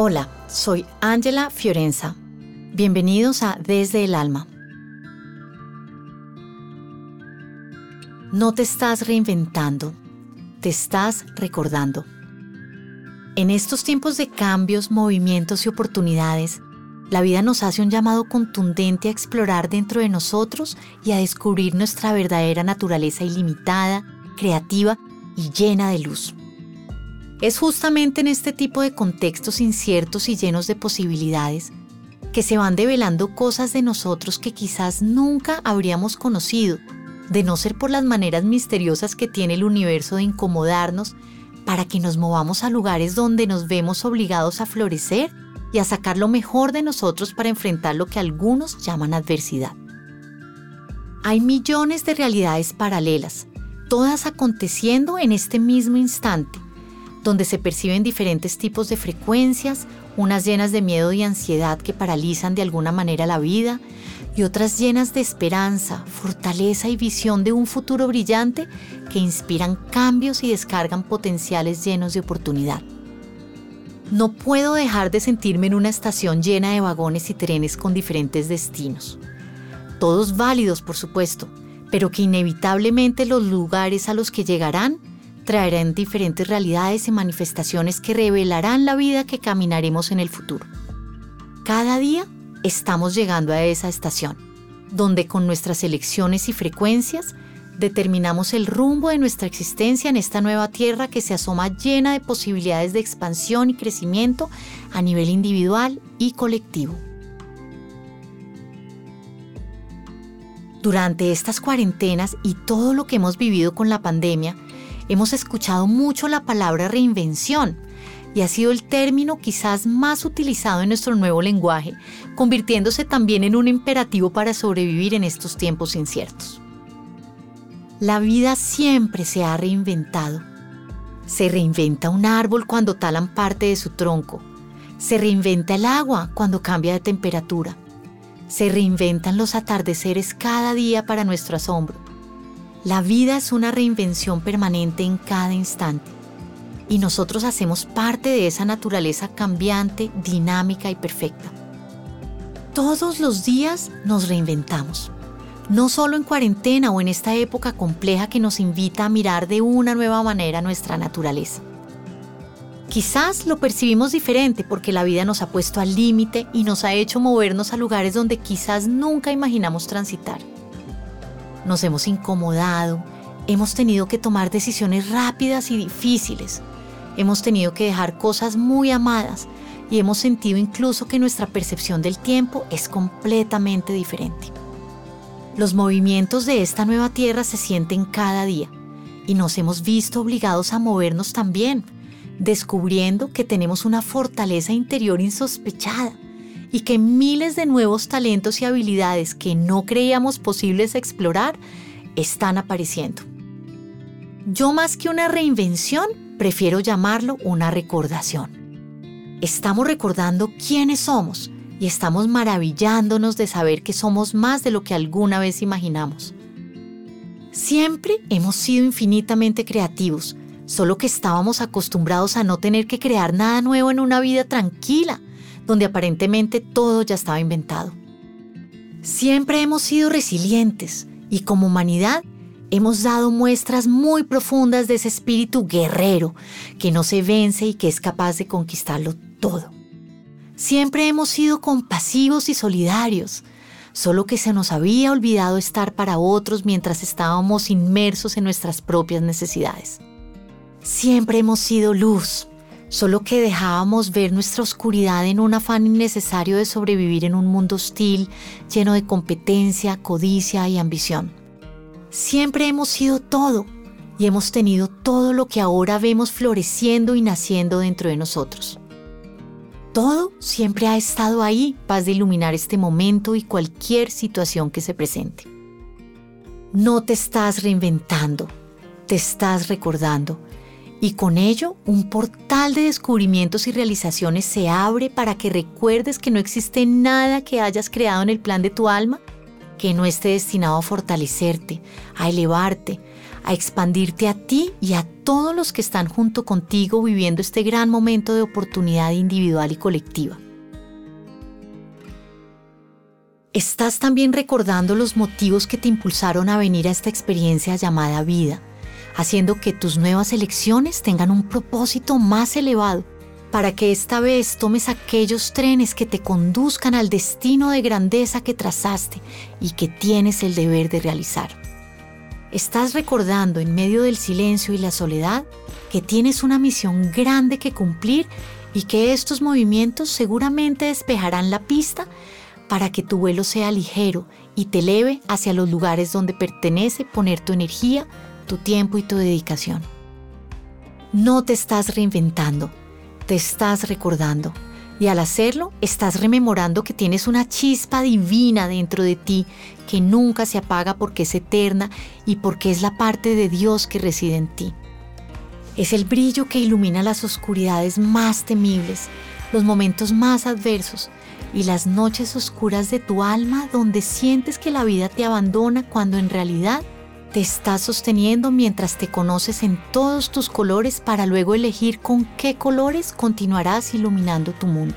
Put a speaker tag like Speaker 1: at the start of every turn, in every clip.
Speaker 1: Hola, soy Ángela Fiorenza. Bienvenidos a Desde el Alma. No te estás reinventando, te estás recordando. En estos tiempos de cambios, movimientos y oportunidades, la vida nos hace un llamado contundente a explorar dentro de nosotros y a descubrir nuestra verdadera naturaleza ilimitada, creativa y llena de luz. Es justamente en este tipo de contextos inciertos y llenos de posibilidades que se van develando cosas de nosotros que quizás nunca habríamos conocido, de no ser por las maneras misteriosas que tiene el universo de incomodarnos para que nos movamos a lugares donde nos vemos obligados a florecer y a sacar lo mejor de nosotros para enfrentar lo que algunos llaman adversidad. Hay millones de realidades paralelas, todas aconteciendo en este mismo instante, donde se perciben diferentes tipos de frecuencias, unas llenas de miedo y ansiedad que paralizan de alguna manera la vida, y otras llenas de esperanza, fortaleza y visión de un futuro brillante que inspiran cambios y descargan potenciales llenos de oportunidad. No puedo dejar de sentirme en una estación llena de vagones y trenes con diferentes destinos. Todos válidos, por supuesto, pero que inevitablemente los lugares a los que llegarán traerán diferentes realidades y manifestaciones que revelarán la vida que caminaremos en el futuro. Cada día estamos llegando a esa estación, donde con nuestras elecciones y frecuencias determinamos el rumbo de nuestra existencia en esta nueva tierra que se asoma llena de posibilidades de expansión y crecimiento a nivel individual y colectivo. Durante estas cuarentenas y todo lo que hemos vivido con la pandemia, hemos escuchado mucho la palabra reinvención y ha sido el término quizás más utilizado en nuestro nuevo lenguaje, convirtiéndose también en un imperativo para sobrevivir en estos tiempos inciertos. La vida siempre se ha reinventado. Se reinventa un árbol cuando talan parte de su tronco. Se reinventa el agua cuando cambia de temperatura. Se reinventan los atardeceres cada día para nuestro asombro. La vida es una reinvención permanente en cada instante y nosotros hacemos parte de esa naturaleza cambiante, dinámica y perfecta. Todos los días nos reinventamos, no solo en cuarentena o en esta época compleja que nos invita a mirar de una nueva manera nuestra naturaleza. Quizás lo percibimos diferente porque la vida nos ha puesto al límite y nos ha hecho movernos a lugares donde quizás nunca imaginamos transitar. Nos hemos incomodado, hemos tenido que tomar decisiones rápidas y difíciles, hemos tenido que dejar cosas muy amadas y hemos sentido incluso que nuestra percepción del tiempo es completamente diferente. Los movimientos de esta nueva tierra se sienten cada día y nos hemos visto obligados a movernos también, descubriendo que tenemos una fortaleza interior insospechada y que miles de nuevos talentos y habilidades que no creíamos posibles explorar están apareciendo. Yo más que una reinvención, prefiero llamarlo una recordación. Estamos recordando quiénes somos y estamos maravillándonos de saber que somos más de lo que alguna vez imaginamos. Siempre hemos sido infinitamente creativos, solo que estábamos acostumbrados a no tener que crear nada nuevo en una vida tranquila, donde aparentemente todo ya estaba inventado. Siempre hemos sido resilientes y como humanidad hemos dado muestras muy profundas de ese espíritu guerrero que no se vence y que es capaz de conquistarlo todo. Siempre hemos sido compasivos y solidarios, solo que se nos había olvidado estar para otros mientras estábamos inmersos en nuestras propias necesidades. Siempre hemos sido luz, solo que dejábamos ver nuestra oscuridad en un afán innecesario de sobrevivir en un mundo hostil, lleno de competencia, codicia y ambición. Siempre hemos sido todo y hemos tenido todo lo que ahora vemos floreciendo y naciendo dentro de nosotros. Todo siempre ha estado ahí, capaz de iluminar este momento y cualquier situación que se presente. No te estás reinventando, te estás recordando. Y con ello, un portal de descubrimientos y realizaciones se abre para que recuerdes que no existe nada que hayas creado en el plan de tu alma que no esté destinado a fortalecerte, a elevarte, a expandirte a ti y a todos los que están junto contigo viviendo este gran momento de oportunidad individual y colectiva. Estás también recordando los motivos que te impulsaron a venir a esta experiencia llamada vida, haciendo que tus nuevas elecciones tengan un propósito más elevado, para que esta vez tomes aquellos trenes que te conduzcan al destino de grandeza que trazaste y que tienes el deber de realizar. Estás recordando en medio del silencio y la soledad que tienes una misión grande que cumplir y que estos movimientos seguramente despejarán la pista para que tu vuelo sea ligero y te eleve hacia los lugares donde pertenece poner tu energía, tu tiempo y tu dedicación. No te estás reinventando, te estás recordando. Y al hacerlo, estás rememorando que tienes una chispa divina dentro de ti que nunca se apaga porque es eterna y porque es la parte de Dios que reside en ti. Es el brillo que ilumina las oscuridades más temibles, los momentos más adversos y las noches oscuras de tu alma donde sientes que la vida te abandona cuando en realidad te estás sosteniendo mientras te conoces en todos tus colores para luego elegir con qué colores continuarás iluminando tu mundo.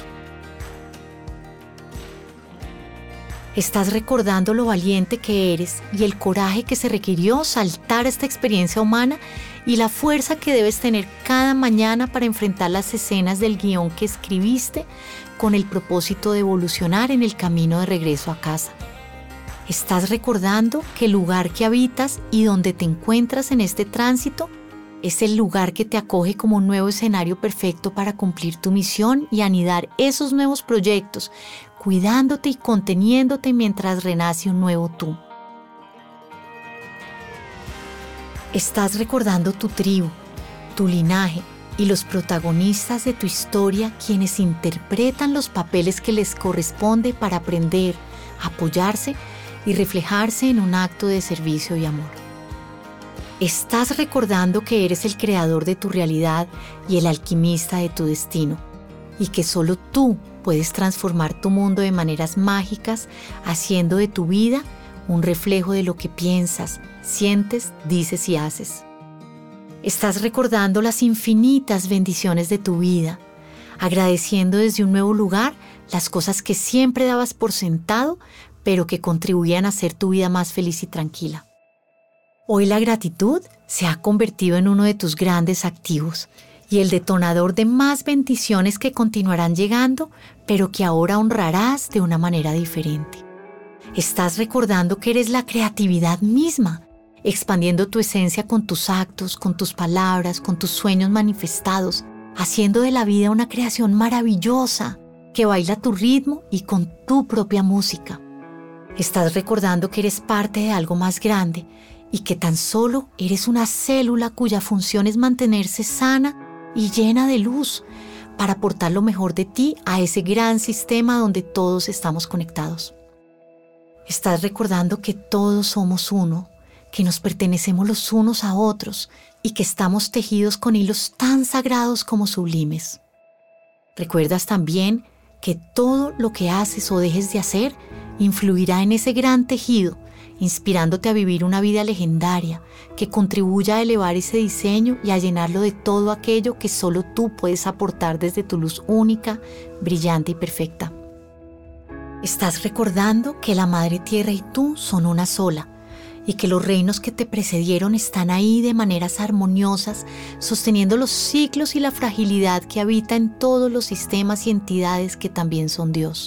Speaker 1: Estás recordando lo valiente que eres y el coraje que se requirió saltar esta experiencia humana y la fuerza que debes tener cada mañana para enfrentar las escenas del guión que escribiste con el propósito de evolucionar en el camino de regreso a casa. Estás recordando que el lugar que habitas y donde te encuentras en este tránsito es el lugar que te acoge como un nuevo escenario perfecto para cumplir tu misión y anidar esos nuevos proyectos, cuidándote y conteniéndote mientras renace un nuevo tú. Estás recordando tu tribu, tu linaje y los protagonistas de tu historia, quienes interpretan los papeles que les corresponde para aprender, apoyarse y reflejarse en un acto de servicio y amor. Estás recordando que eres el creador de tu realidad y el alquimista de tu destino, y que solo tú puedes transformar tu mundo de maneras mágicas, haciendo de tu vida un reflejo de lo que piensas, sientes, dices y haces. Estás recordando las infinitas bendiciones de tu vida, agradeciendo desde un nuevo lugar las cosas que siempre dabas por sentado, pero que contribuían a hacer tu vida más feliz y tranquila. Hoy la gratitud se ha convertido en uno de tus grandes activos y el detonador de más bendiciones que continuarán llegando, pero que ahora honrarás de una manera diferente. Estás recordando que eres la creatividad misma, expandiendo tu esencia con tus actos, con tus palabras, con tus sueños manifestados, haciendo de la vida una creación maravillosa que baila a tu ritmo y con tu propia música. Estás recordando que eres parte de algo más grande y que tan solo eres una célula cuya función es mantenerse sana y llena de luz para aportar lo mejor de ti a ese gran sistema donde todos estamos conectados. Estás recordando que todos somos uno, que nos pertenecemos los unos a otros y que estamos tejidos con hilos tan sagrados como sublimes. Recuerdas también que todo lo que haces o dejes de hacer influirá en ese gran tejido, inspirándote a vivir una vida legendaria que contribuya a elevar ese diseño y a llenarlo de todo aquello que solo tú puedes aportar desde tu luz única, brillante y perfecta. Estás recordando que la Madre Tierra y tú son una sola y que los reinos que te precedieron están ahí de maneras armoniosas, sosteniendo los ciclos y la fragilidad que habita en todos los sistemas y entidades que también son Dios.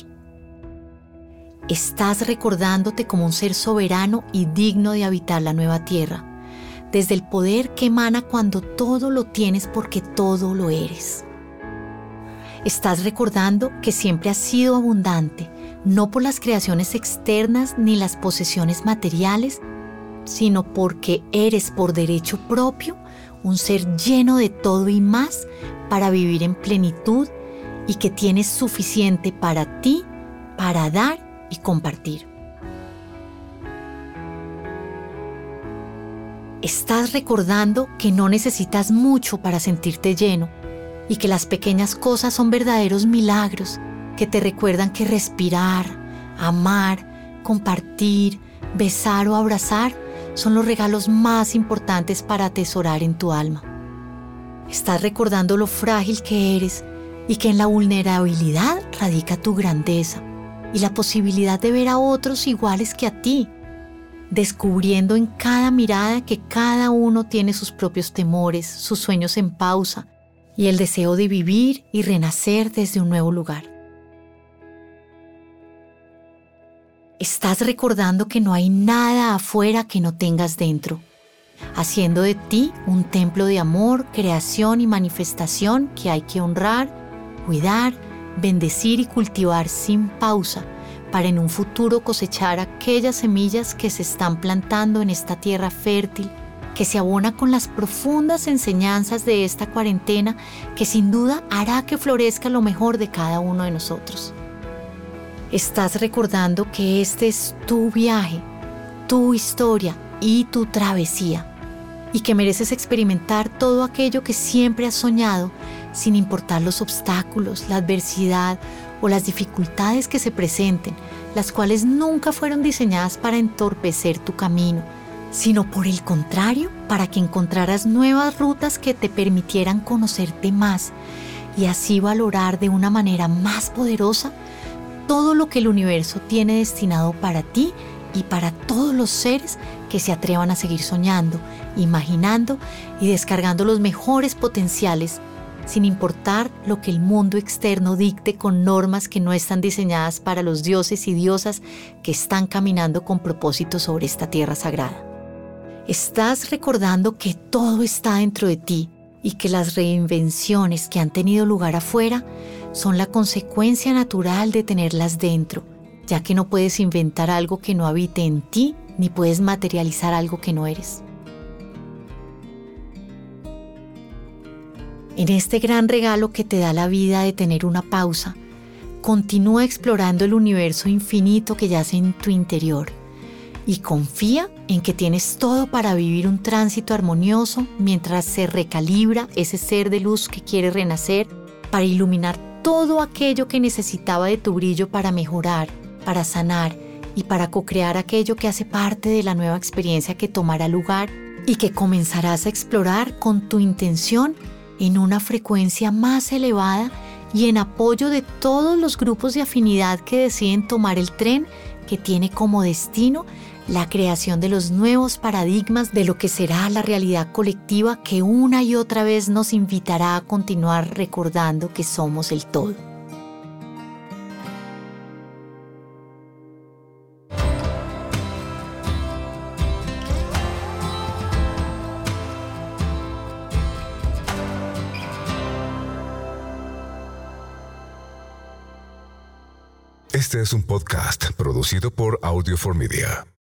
Speaker 1: Estás recordándote como un ser soberano y digno de habitar la nueva tierra, desde el poder que emana cuando todo lo tienes porque todo lo eres. Estás recordando que siempre has sido abundante, no por las creaciones externas ni las posesiones materiales, sino porque eres por derecho propio un ser lleno de todo y más para vivir en plenitud y que tienes suficiente para ti, para dar y compartir. Estás recordando que no necesitas mucho para sentirte lleno y que las pequeñas cosas son verdaderos milagros que te recuerdan que respirar, amar, compartir, besar o abrazar son los regalos más importantes para atesorar en tu alma. Estás recordando lo frágil que eres y que en la vulnerabilidad radica tu grandeza y la posibilidad de ver a otros iguales que a ti, descubriendo en cada mirada que cada uno tiene sus propios temores, sus sueños en pausa y el deseo de vivir y renacer desde un nuevo lugar. Estás recordando que no hay nada afuera que no tengas dentro, haciendo de ti un templo de amor, creación y manifestación que hay que honrar, cuidar, bendecir y cultivar sin pausa para en un futuro cosechar aquellas semillas que se están plantando en esta tierra fértil, que se abona con las profundas enseñanzas de esta cuarentena que sin duda hará que florezca lo mejor de cada uno de nosotros. Estás recordando que este es tu viaje, tu historia y tu travesía, y que mereces experimentar todo aquello que siempre has soñado, sin importar los obstáculos, la adversidad o las dificultades que se presenten, las cuales nunca fueron diseñadas para entorpecer tu camino, sino por el contrario, para que encontraras nuevas rutas que te permitieran conocerte más y así valorar de una manera más poderosa todo lo que el universo tiene destinado para ti y para todos los seres que se atrevan a seguir soñando, imaginando y descargando los mejores potenciales, sin importar lo que el mundo externo dicte con normas que no están diseñadas para los dioses y diosas que están caminando con propósito sobre esta tierra sagrada. Estás recordando que todo está dentro de ti y que las reinvenciones que han tenido lugar afuera son la consecuencia natural de tenerlas dentro, ya que no puedes inventar algo que no habite en ti ni puedes materializar algo que no eres. En este gran regalo que te da la vida de tener una pausa, continúa explorando el universo infinito que yace en tu interior y confía en que tienes todo para vivir un tránsito armonioso mientras se recalibra ese ser de luz que quiere renacer para iluminar todo aquello que necesitaba de tu brillo para mejorar, para sanar y para co-crear aquello que hace parte de la nueva experiencia que tomará lugar y que comenzarás a explorar con tu intención en una frecuencia más elevada y en apoyo de todos los grupos de afinidad que deciden tomar el tren que tiene como destino la creación de los nuevos paradigmas de lo que será la realidad colectiva que una y otra vez nos invitará a continuar recordando que somos el todo.
Speaker 2: Este es un podcast producido por Audio4Media.